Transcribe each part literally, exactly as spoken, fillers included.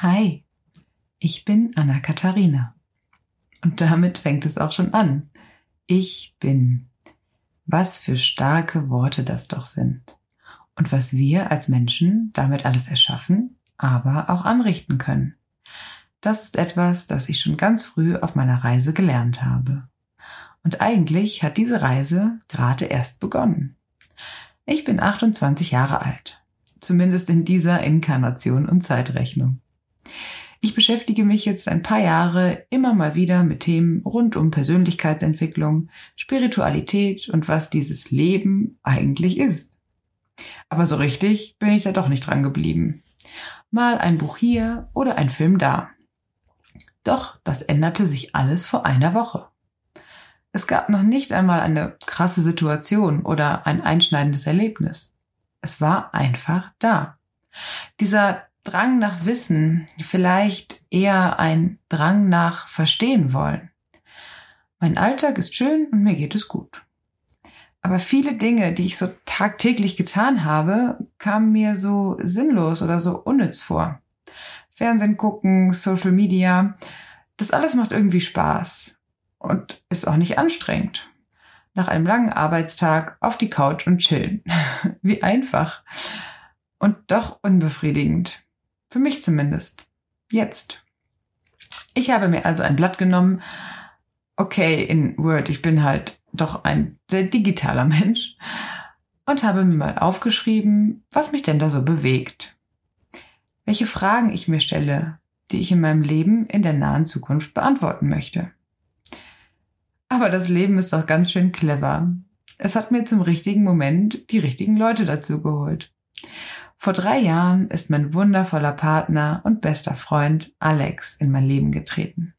Hi, ich bin Anna-Katharina. Und damit fängt es auch schon an. Ich bin. Was für starke Worte das doch sind. Und was wir als Menschen damit alles erschaffen, aber auch anrichten können. Das ist etwas, das ich schon ganz früh auf meiner Reise gelernt habe. Und eigentlich hat diese Reise gerade erst begonnen. Ich bin achtundzwanzig Jahre alt. Zumindest in dieser Inkarnation und Zeitrechnung. Ich beschäftige mich jetzt ein paar Jahre immer mal wieder mit Themen rund um Persönlichkeitsentwicklung, Spiritualität und was dieses Leben eigentlich ist. Aber so richtig bin ich da doch nicht dran geblieben. Mal ein Buch hier oder ein Film da. Doch das änderte sich alles vor einer Woche. Es gab noch nicht einmal eine krasse Situation oder ein einschneidendes Erlebnis. Es war einfach da. Dieser Drang nach Wissen, vielleicht eher ein Drang nach Verstehen wollen. Mein Alltag ist schön und mir geht es gut. Aber viele Dinge, die ich so tagtäglich getan habe, kamen mir so sinnlos oder so unnütz vor. Fernsehen gucken, Social Media, das alles macht irgendwie Spaß und ist auch nicht anstrengend. Nach einem langen Arbeitstag auf die Couch und chillen. Wie einfach. Und doch unbefriedigend. Für mich zumindest. Jetzt. Ich habe mir also ein Blatt genommen. Okay, in Word, ich bin halt doch ein sehr digitaler Mensch. Und habe mir mal aufgeschrieben, was mich denn da so bewegt. Welche Fragen ich mir stelle, die ich in meinem Leben in der nahen Zukunft beantworten möchte. Aber das Leben ist doch ganz schön clever. Es hat mir zum richtigen Moment die richtigen Leute dazu geholt. Vor drei Jahren ist mein wundervoller Partner und bester Freund Alex in mein Leben getreten.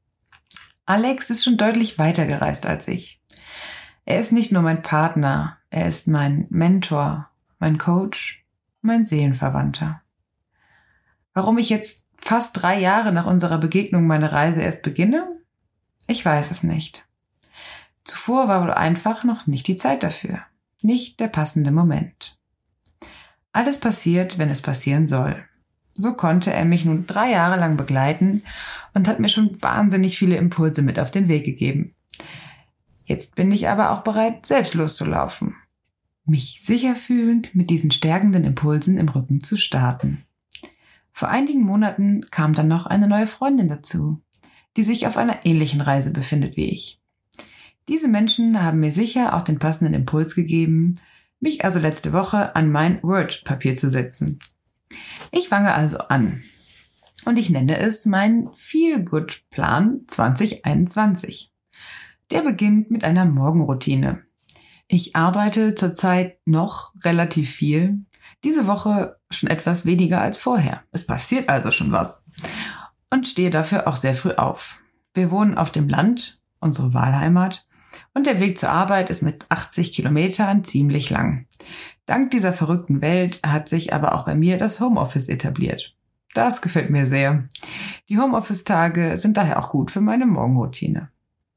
Alex ist schon deutlich weiter gereist als ich. Er ist nicht nur mein Partner, er ist mein Mentor, mein Coach, mein Seelenverwandter. Warum ich jetzt fast drei Jahre nach unserer Begegnung meine Reise erst beginne? Ich weiß es nicht. Zuvor war wohl einfach noch nicht die Zeit dafür, nicht der passende Moment. Alles passiert, wenn es passieren soll. So konnte er mich nun drei Jahre lang begleiten und hat mir schon wahnsinnig viele Impulse mit auf den Weg gegeben. Jetzt bin ich aber auch bereit, selbst loszulaufen. Mich sicher fühlend mit diesen stärkenden Impulsen im Rücken zu starten. Vor einigen Monaten kam dann noch eine neue Freundin dazu, die sich auf einer ähnlichen Reise befindet wie ich. Diese Menschen haben mir sicher auch den passenden Impuls gegeben, mich also letzte Woche an mein Word-Papier zu setzen. Ich fange also an und ich nenne es mein Feel-Good-Plan zwanzig einundzwanzig. Der beginnt mit einer Morgenroutine. Ich arbeite zurzeit noch relativ viel, diese Woche schon etwas weniger als vorher. Es passiert also schon was und stehe dafür auch sehr früh auf. Wir wohnen auf dem Land, unsere Wahlheimat, und der Weg zur Arbeit ist mit achtzig Kilometern ziemlich lang. Dank dieser verrückten Welt hat sich aber auch bei mir das Homeoffice etabliert. Das gefällt mir sehr. Die Homeoffice-Tage sind daher auch gut für meine Morgenroutine.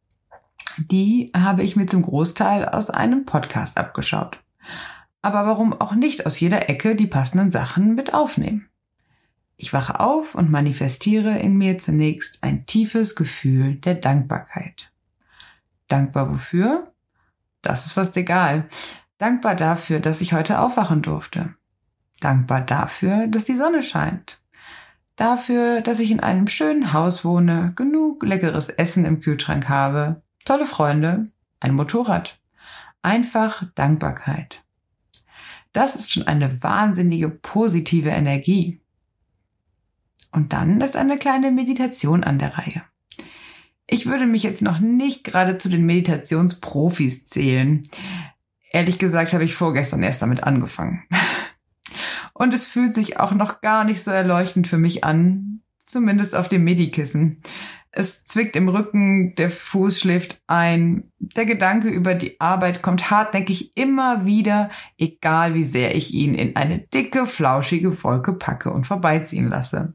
Die habe ich mir zum Großteil aus einem Podcast abgeschaut. Aber warum auch nicht aus jeder Ecke die passenden Sachen mit aufnehmen? Ich wache auf und manifestiere in mir zunächst ein tiefes Gefühl der Dankbarkeit. Dankbar wofür? Das ist fast egal. Dankbar dafür, dass ich heute aufwachen durfte. Dankbar dafür, dass die Sonne scheint. Dafür, dass ich in einem schönen Haus wohne, genug leckeres Essen im Kühlschrank habe, tolle Freunde, ein Motorrad. Einfach Dankbarkeit. Das ist schon eine wahnsinnige positive Energie. Und dann ist eine kleine Meditation an der Reihe. Ich würde mich jetzt noch nicht gerade zu den Meditationsprofis zählen. Ehrlich gesagt habe ich vorgestern erst damit angefangen. Und es fühlt sich auch noch gar nicht so erleuchtend für mich an, zumindest auf dem Medikissen. Es zwickt im Rücken, der Fuß schläft ein. Der Gedanke über die Arbeit kommt hartnäckig immer wieder, egal wie sehr ich ihn in eine dicke, flauschige Wolke packe und vorbeiziehen lasse.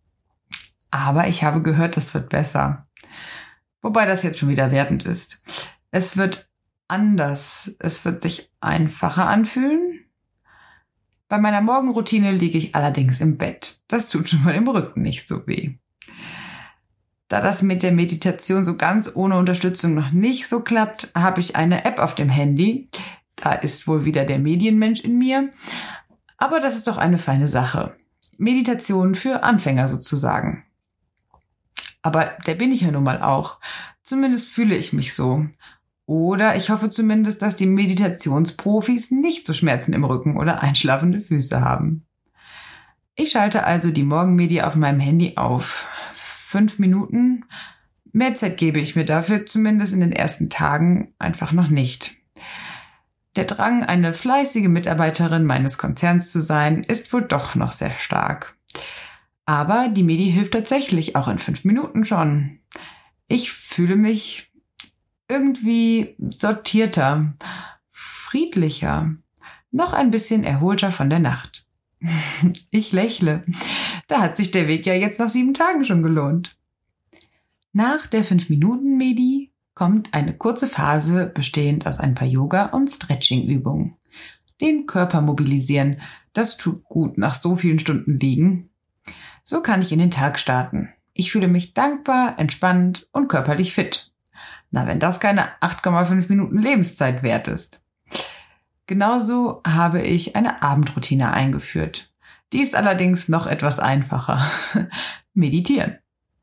Aber ich habe gehört, es wird besser. Wobei das jetzt schon wieder wertend ist. Es wird anders. Es wird sich einfacher anfühlen. Bei meiner Morgenroutine liege ich allerdings im Bett. Das tut schon mal im Rücken nicht so weh. Da das mit der Meditation so ganz ohne Unterstützung noch nicht so klappt, habe ich eine App auf dem Handy. Da ist wohl wieder der Medienmensch in mir. Aber das ist doch eine feine Sache. Meditation für Anfänger sozusagen. Aber der bin ich ja nun mal auch. Zumindest fühle ich mich so. Oder ich hoffe zumindest, dass die Meditationsprofis nicht so Schmerzen im Rücken oder einschlafende Füße haben. Ich schalte also die Morgenmedi auf meinem Handy auf. Fünf Minuten. Mehr Zeit gebe ich mir dafür zumindest in den ersten Tagen einfach noch nicht. Der Drang, eine fleißige Mitarbeiterin meines Konzerns zu sein, ist wohl doch noch sehr stark. Aber die Medi hilft tatsächlich auch in fünf Minuten schon. Ich fühle mich irgendwie sortierter, friedlicher, noch ein bisschen erholter von der Nacht. Ich lächle. Da hat sich der Weg ja jetzt nach sieben Tagen schon gelohnt. Nach der fünf Minuten Medi kommt eine kurze Phase bestehend aus ein paar Yoga- und Stretching-Übungen. Den Körper mobilisieren, das tut gut nach so vielen Stunden liegen. So kann ich in den Tag starten. Ich fühle mich dankbar, entspannt und körperlich fit. Na, wenn das keine acht Komma fünf Minuten Lebenszeit wert ist. Genauso habe ich eine Abendroutine eingeführt. Die ist allerdings noch etwas einfacher. Meditieren.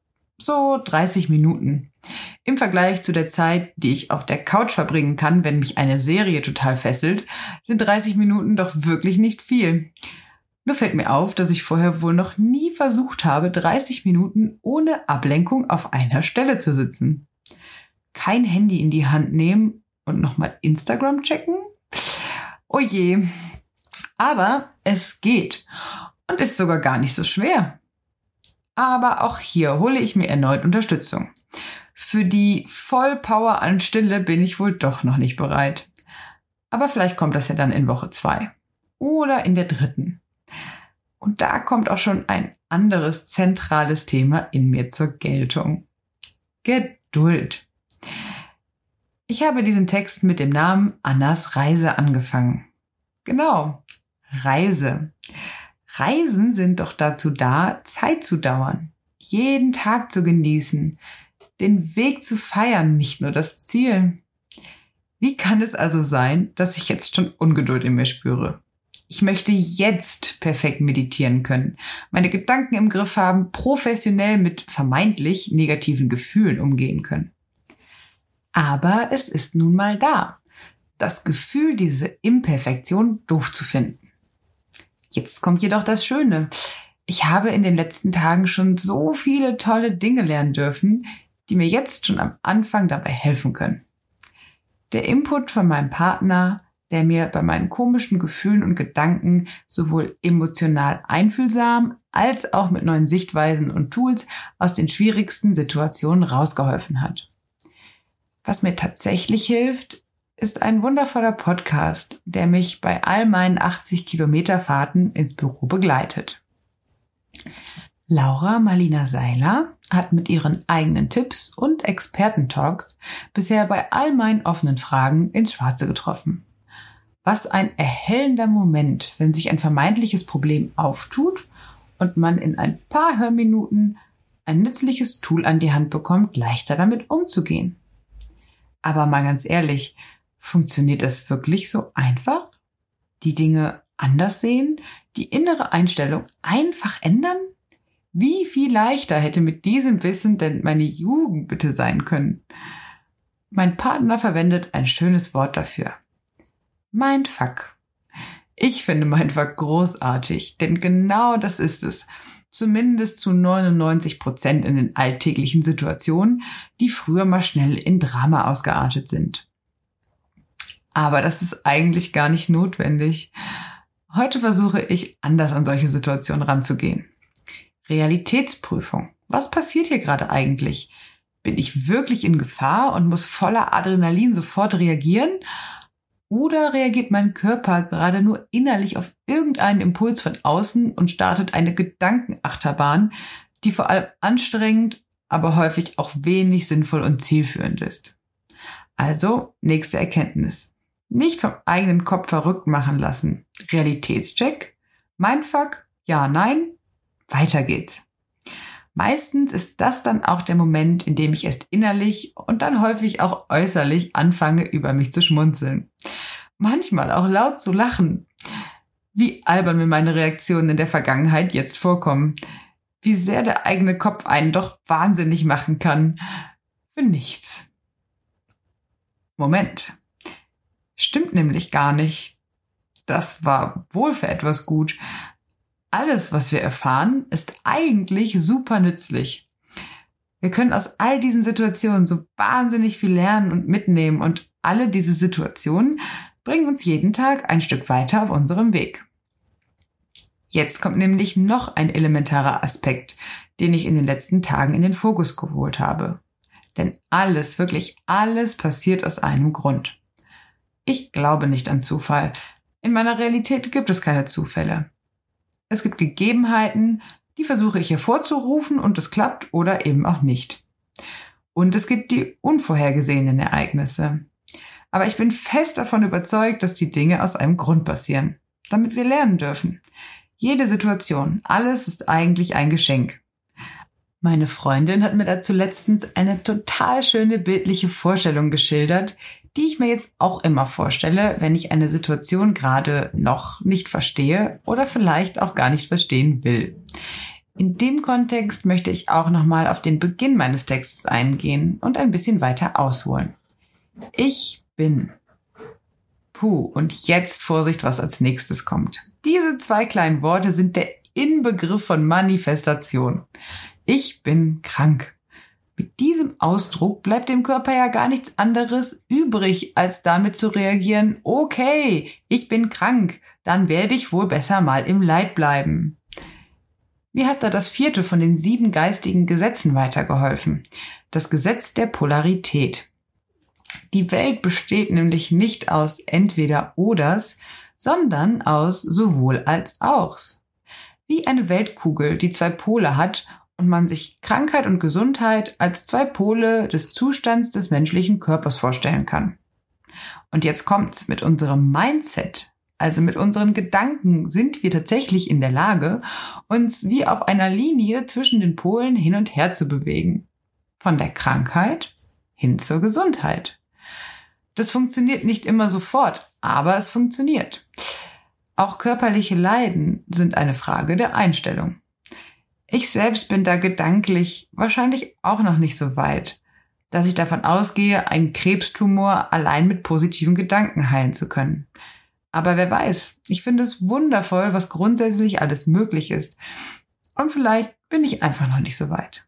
So dreißig Minuten. Im Vergleich zu der Zeit, die ich auf der Couch verbringen kann, wenn mich eine Serie total fesselt, sind dreißig Minuten doch wirklich nicht viel. Nur fällt mir auf, dass ich vorher wohl noch nie versucht habe, dreißig Minuten ohne Ablenkung auf einer Stelle zu sitzen. Kein Handy in die Hand nehmen und nochmal Instagram checken? Oh je. Aber es geht und ist sogar gar nicht so schwer. Aber auch hier hole ich mir erneut Unterstützung. Für die Vollpower an Stille bin ich wohl doch noch nicht bereit. Aber vielleicht kommt das ja dann in Woche zwei oder in der dritten. Und da kommt auch schon ein anderes zentrales Thema in mir zur Geltung. Geduld. Ich habe diesen Text mit dem Namen Annas Reise angefangen. Genau, Reise. Reisen sind doch dazu da, Zeit zu dauern, jeden Tag zu genießen, den Weg zu feiern, nicht nur das Ziel. Wie kann es also sein, dass ich jetzt schon Ungeduld in mir spüre? Ich möchte jetzt perfekt meditieren können, meine Gedanken im Griff haben, professionell mit vermeintlich negativen Gefühlen umgehen können. Aber es ist nun mal da. Das Gefühl, diese Imperfektion doof zu finden. Jetzt kommt jedoch das Schöne. Ich habe in den letzten Tagen schon so viele tolle Dinge lernen dürfen, die mir jetzt schon am Anfang dabei helfen können. Der Input von meinem Partner, der mir bei meinen komischen Gefühlen und Gedanken sowohl emotional einfühlsam als auch mit neuen Sichtweisen und Tools aus den schwierigsten Situationen rausgeholfen hat. Was mir tatsächlich hilft, ist ein wundervoller Podcast, der mich bei all meinen achtzig Kilometer Fahrten ins Büro begleitet. Laura Marlina Seiler hat mit ihren eigenen Tipps und Expertentalks bisher bei all meinen offenen Fragen ins Schwarze getroffen. Was ein erhellender Moment, wenn sich ein vermeintliches Problem auftut und man in ein paar Hörminuten ein nützliches Tool an die Hand bekommt, leichter damit umzugehen. Aber mal ganz ehrlich, funktioniert das wirklich so einfach? Die Dinge anders sehen, die innere Einstellung einfach ändern? Wie viel leichter hätte mit diesem Wissen denn meine Jugend bitte sein können? Mein Partner verwendet ein schönes Wort dafür. Mindfuck. Ich finde Mindfuck großartig, denn genau das ist es. Zumindest zu neunundneunzig Prozent in den alltäglichen Situationen, die früher mal schnell in Drama ausgeartet sind. Aber das ist eigentlich gar nicht notwendig. Heute versuche ich, anders an solche Situationen ranzugehen. Realitätsprüfung. Was passiert hier gerade eigentlich? Bin ich wirklich in Gefahr und muss voller Adrenalin sofort reagieren? Oder reagiert mein Körper gerade nur innerlich auf irgendeinen Impuls von außen und startet eine Gedankenachterbahn, die vor allem anstrengend, aber häufig auch wenig sinnvoll und zielführend ist? Also, nächste Erkenntnis. Nicht vom eigenen Kopf verrückt machen lassen. Realitätscheck. Mindfuck? Ja, nein? Weiter geht's. Meistens ist das dann auch der Moment, in dem ich erst innerlich und dann häufig auch äußerlich anfange, über mich zu schmunzeln. Manchmal auch laut zu lachen. Wie albern mir meine Reaktionen in der Vergangenheit jetzt vorkommen. Wie sehr der eigene Kopf einen doch wahnsinnig machen kann. Für nichts. Moment. Stimmt nämlich gar nicht. Das war wohl für etwas gut. Alles, was wir erfahren, ist eigentlich super nützlich. Wir können aus all diesen Situationen so wahnsinnig viel lernen und mitnehmen und alle diese Situationen bringen uns jeden Tag ein Stück weiter auf unserem Weg. Jetzt kommt nämlich noch ein elementarer Aspekt, den ich in den letzten Tagen in den Fokus geholt habe. Denn alles, wirklich alles passiert aus einem Grund. Ich glaube nicht an Zufall. In meiner Realität gibt es keine Zufälle. Es gibt Gegebenheiten, die versuche ich hervorzurufen und es klappt oder eben auch nicht. Und es gibt die unvorhergesehenen Ereignisse. Aber ich bin fest davon überzeugt, dass die Dinge aus einem Grund passieren, damit wir lernen dürfen. Jede Situation, alles ist eigentlich ein Geschenk. Meine Freundin hat mir dazu letztens eine total schöne bildliche Vorstellung geschildert, die ich mir jetzt auch immer vorstelle, wenn ich eine Situation gerade noch nicht verstehe oder vielleicht auch gar nicht verstehen will. In dem Kontext möchte ich auch nochmal auf den Beginn meines Textes eingehen und ein bisschen weiter ausholen. Ich bin. Puh, und jetzt Vorsicht, was als nächstes kommt. Diese zwei kleinen Worte sind der Inbegriff von Manifestation. Ich bin krank. Mit diesem Ausdruck bleibt dem Körper ja gar nichts anderes übrig, als damit zu reagieren, okay, ich bin krank, dann werde ich wohl besser mal im Leid bleiben. Mir hat da das vierte von den sieben geistigen Gesetzen weitergeholfen. Das Gesetz der Polarität. Die Welt besteht nämlich nicht aus Entweder-Oders, sondern aus sowohl als auchs. Wie eine Weltkugel, die zwei Pole hat und man sich Krankheit und Gesundheit als zwei Pole des Zustands des menschlichen Körpers vorstellen kann. Und jetzt kommt's, mit unserem Mindset, also mit unseren Gedanken, sind wir tatsächlich in der Lage, uns wie auf einer Linie zwischen den Polen hin und her zu bewegen. Von der Krankheit hin zur Gesundheit. Das funktioniert nicht immer sofort, aber es funktioniert. Auch körperliche Leiden sind eine Frage der Einstellung. Ich selbst bin da gedanklich wahrscheinlich auch noch nicht so weit, dass ich davon ausgehe, einen Krebstumor allein mit positiven Gedanken heilen zu können. Aber wer weiß, ich finde es wundervoll, was grundsätzlich alles möglich ist. Und vielleicht bin ich einfach noch nicht so weit.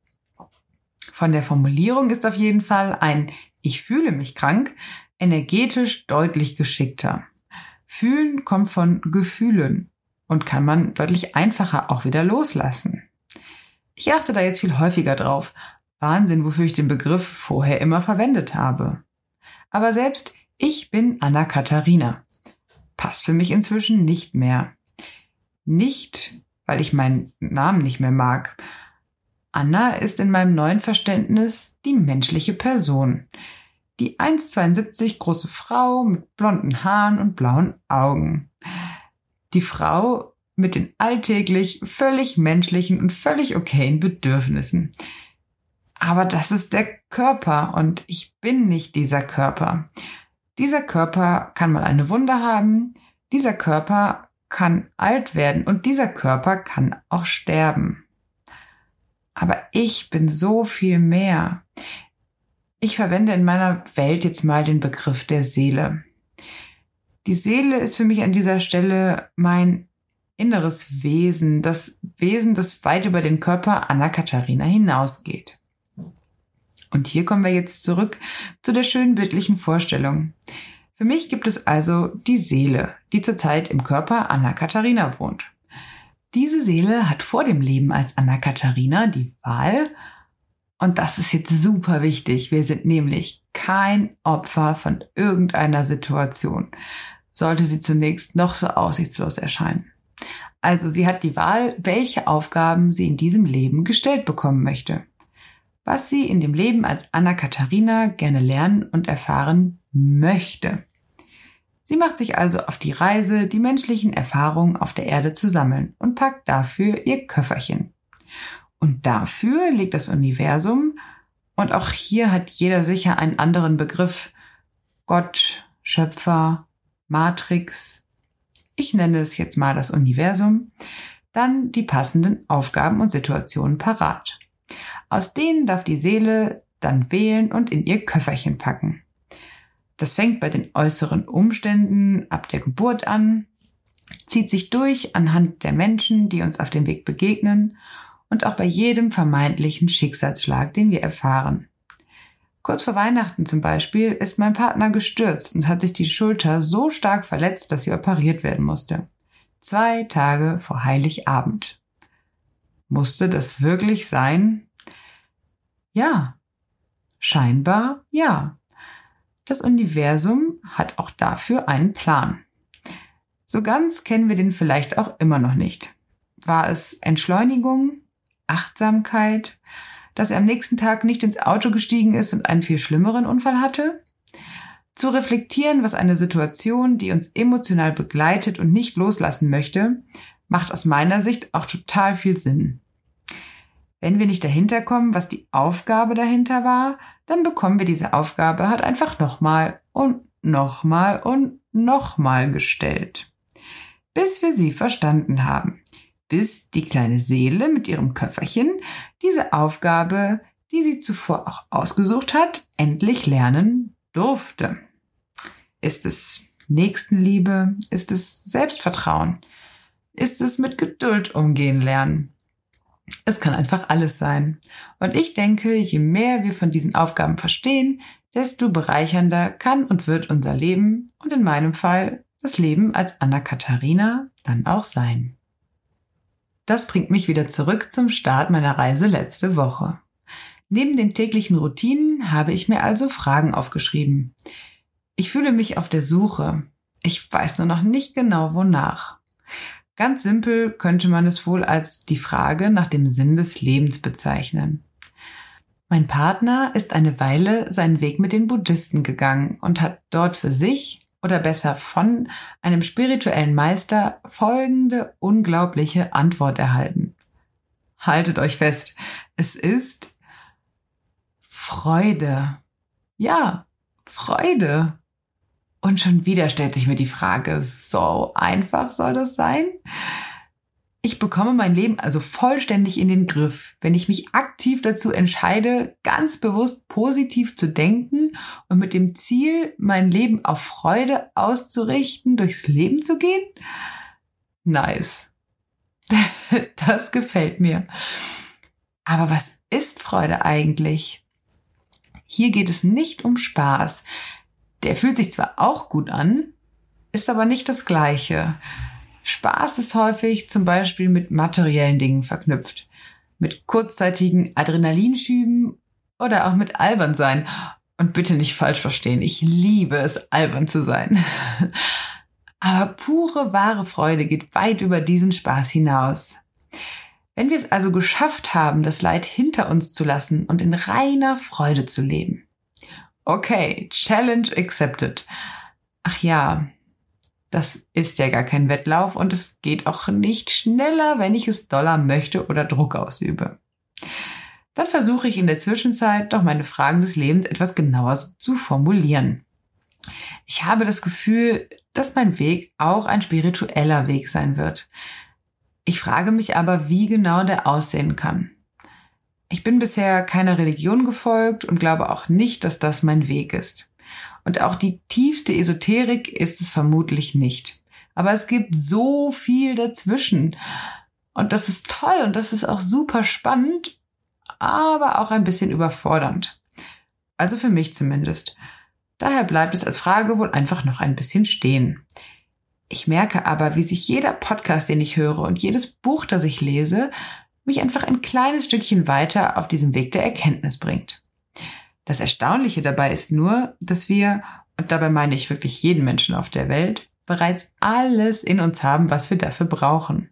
Von der Formulierung ist auf jeden Fall ein Ich fühle mich krank energetisch deutlich geschickter. Fühlen kommt von Gefühlen und kann man deutlich einfacher auch wieder loslassen. Ich achte da jetzt viel häufiger drauf. Wahnsinn, wofür ich den Begriff vorher immer verwendet habe. Aber selbst ich bin Anna-Katharina. Passt für mich inzwischen nicht mehr. Nicht, weil ich meinen Namen nicht mehr mag. Anna ist in meinem neuen Verständnis die menschliche Person. Die eins Komma zweiundsiebzig große Frau mit blonden Haaren und blauen Augen. Die Frau mit den alltäglich völlig menschlichen und völlig okayen Bedürfnissen. Aber das ist der Körper und ich bin nicht dieser Körper. Dieser Körper kann mal eine Wunde haben, dieser Körper kann alt werden und dieser Körper kann auch sterben. Aber ich bin so viel mehr. Ich verwende in meiner Welt jetzt mal den Begriff der Seele. Die Seele ist für mich an dieser Stelle mein inneres Wesen, das Wesen, das weit über den Körper Anna-Katharina hinausgeht. Und hier kommen wir jetzt zurück zu der schönen bildlichen Vorstellung. Für mich gibt es also die Seele, die zurzeit im Körper Anna-Katharina wohnt. Diese Seele hat vor dem Leben als Anna-Katharina die Wahl, und das ist jetzt super wichtig, wir sind nämlich kein Opfer von irgendeiner Situation, sollte sie zunächst noch so aussichtslos erscheinen. Also sie hat die Wahl, welche Aufgaben sie in diesem Leben gestellt bekommen möchte. Was sie in dem Leben als Anna-Katharina gerne lernen und erfahren möchte. Sie macht sich also auf die Reise, die menschlichen Erfahrungen auf der Erde zu sammeln und packt dafür ihr Köfferchen. Und dafür legt das Universum, und auch hier hat jeder sicher einen anderen Begriff, Gott, Schöpfer, Matrix, ich nenne es jetzt mal das Universum, dann die passenden Aufgaben und Situationen parat. Aus denen darf die Seele dann wählen und in ihr Köfferchen packen. Das fängt bei den äußeren Umständen ab der Geburt an, zieht sich durch anhand der Menschen, die uns auf dem Weg begegnen und auch bei jedem vermeintlichen Schicksalsschlag, den wir erfahren. Kurz vor Weihnachten zum Beispiel ist mein Partner gestürzt und hat sich die Schulter so stark verletzt, dass sie operiert werden musste. Zwei Tage vor Heiligabend. Musste das wirklich sein? Ja. Scheinbar ja. Das Universum hat auch dafür einen Plan. So ganz kennen wir den vielleicht auch immer noch nicht. War es Entschleunigung, Achtsamkeit, dass er am nächsten Tag nicht ins Auto gestiegen ist und einen viel schlimmeren Unfall hatte? Zu reflektieren, was eine Situation, die uns emotional begleitet und nicht loslassen möchte, macht aus meiner Sicht auch total viel Sinn. Wenn wir nicht dahinter kommen, was die Aufgabe dahinter war, dann bekommen wir diese Aufgabe halt einfach nochmal und nochmal und nochmal gestellt. Bis wir sie verstanden haben. Bis die kleine Seele mit ihrem Köfferchen diese Aufgabe, die sie zuvor auch ausgesucht hat, endlich lernen durfte. Ist es Nächstenliebe? Ist es Selbstvertrauen? Ist es mit Geduld umgehen lernen? Es kann einfach alles sein. Und ich denke, je mehr wir von diesen Aufgaben verstehen, desto bereichernder kann und wird unser Leben und in meinem Fall das Leben als Anna-Katharina dann auch sein. Das bringt mich wieder zurück zum Start meiner Reise letzte Woche. Neben den täglichen Routinen habe ich mir also Fragen aufgeschrieben. Ich fühle mich auf der Suche. Ich weiß nur noch nicht genau wonach. Ganz simpel könnte man es wohl als die Frage nach dem Sinn des Lebens bezeichnen. Mein Partner ist eine Weile seinen Weg mit den Buddhisten gegangen und hat dort für sich, oder besser von einem spirituellen Meister, folgende unglaubliche Antwort erhalten. Haltet euch fest, es ist Freude. Ja, Freude. Und schon wieder stellt sich mir die Frage, so einfach soll das sein? Ich bekomme mein Leben also vollständig in den Griff, wenn ich mich aktiv dazu entscheide, ganz bewusst positiv zu denken und mit dem Ziel, mein Leben auf Freude auszurichten, durchs Leben zu gehen? Nice. Das gefällt mir. Aber was ist Freude eigentlich? Hier geht es nicht um Spaß. Der fühlt sich zwar auch gut an, ist aber nicht das Gleiche. Spaß ist häufig zum Beispiel mit materiellen Dingen verknüpft, mit kurzzeitigen Adrenalinschüben oder auch mit albern sein. Und bitte nicht falsch verstehen, ich liebe es, albern zu sein. Aber pure, wahre Freude geht weit über diesen Spaß hinaus. Wenn wir es also geschafft haben, das Leid hinter uns zu lassen und in reiner Freude zu leben. Okay, Challenge accepted. Ach ja, das ist ja gar kein Wettlauf und es geht auch nicht schneller, wenn ich es doller möchte oder Druck ausübe. Dann versuche ich in der Zwischenzeit doch meine Fragen des Lebens etwas genauer zu formulieren. Ich habe das Gefühl, dass mein Weg auch ein spiritueller Weg sein wird. Ich frage mich aber, wie genau der aussehen kann. Ich bin bisher keiner Religion gefolgt und glaube auch nicht, dass das mein Weg ist. Und auch die tiefste Esoterik ist es vermutlich nicht. Aber es gibt so viel dazwischen. Und das ist toll und das ist auch super spannend, aber auch ein bisschen überfordernd. Also für mich zumindest. Daher bleibt es als Frage wohl einfach noch ein bisschen stehen. Ich merke aber, wie sich jeder Podcast, den ich höre und jedes Buch, das ich lese, mich einfach ein kleines Stückchen weiter auf diesem Weg der Erkenntnis bringt. Das Erstaunliche dabei ist nur, dass wir, und dabei meine ich wirklich jeden Menschen auf der Welt, bereits alles in uns haben, was wir dafür brauchen.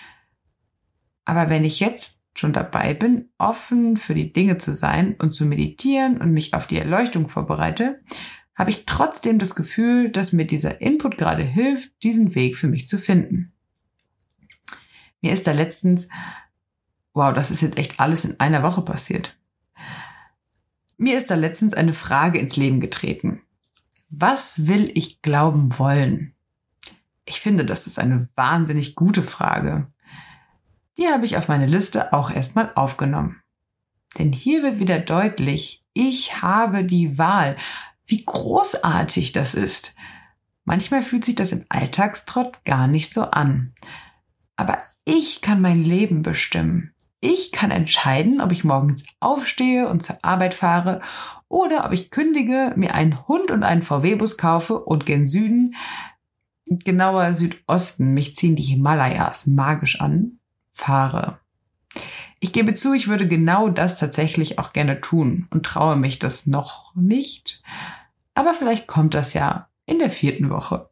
Aber wenn ich jetzt schon dabei bin, offen für die Dinge zu sein und zu meditieren und mich auf die Erleuchtung vorbereite, habe ich trotzdem das Gefühl, dass mir dieser Input gerade hilft, diesen Weg für mich zu finden. Mir ist da letztens, wow, das ist jetzt echt alles in einer Woche passiert. Mir ist da letztens eine Frage ins Leben getreten. Was will ich glauben wollen? Ich finde, das ist eine wahnsinnig gute Frage. Die habe ich auf meine Liste auch erstmal aufgenommen. Denn hier wird wieder deutlich, ich habe die Wahl. Wie großartig das ist. Manchmal fühlt sich das im Alltagstrott gar nicht so an. Aber ich kann mein Leben bestimmen. Ich kann entscheiden, ob ich morgens aufstehe und zur Arbeit fahre oder ob ich kündige, mir einen Hund und einen V W-Bus kaufe und gen Süden, genauer Südosten, mich ziehen die Himalayas magisch an, fahre. Ich gebe zu, ich würde genau das tatsächlich auch gerne tun und traue mich das noch nicht. Aber vielleicht kommt das ja in der vierten Woche.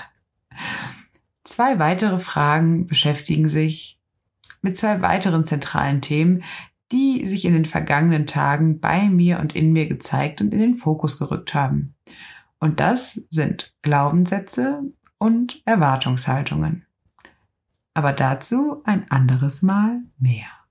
Zwei weitere Fragen beschäftigen sich mit zwei weiteren zentralen Themen, die sich in den vergangenen Tagen bei mir und in mir gezeigt und in den Fokus gerückt haben. Und das sind Glaubenssätze und Erwartungshaltungen. Aber dazu ein anderes Mal mehr.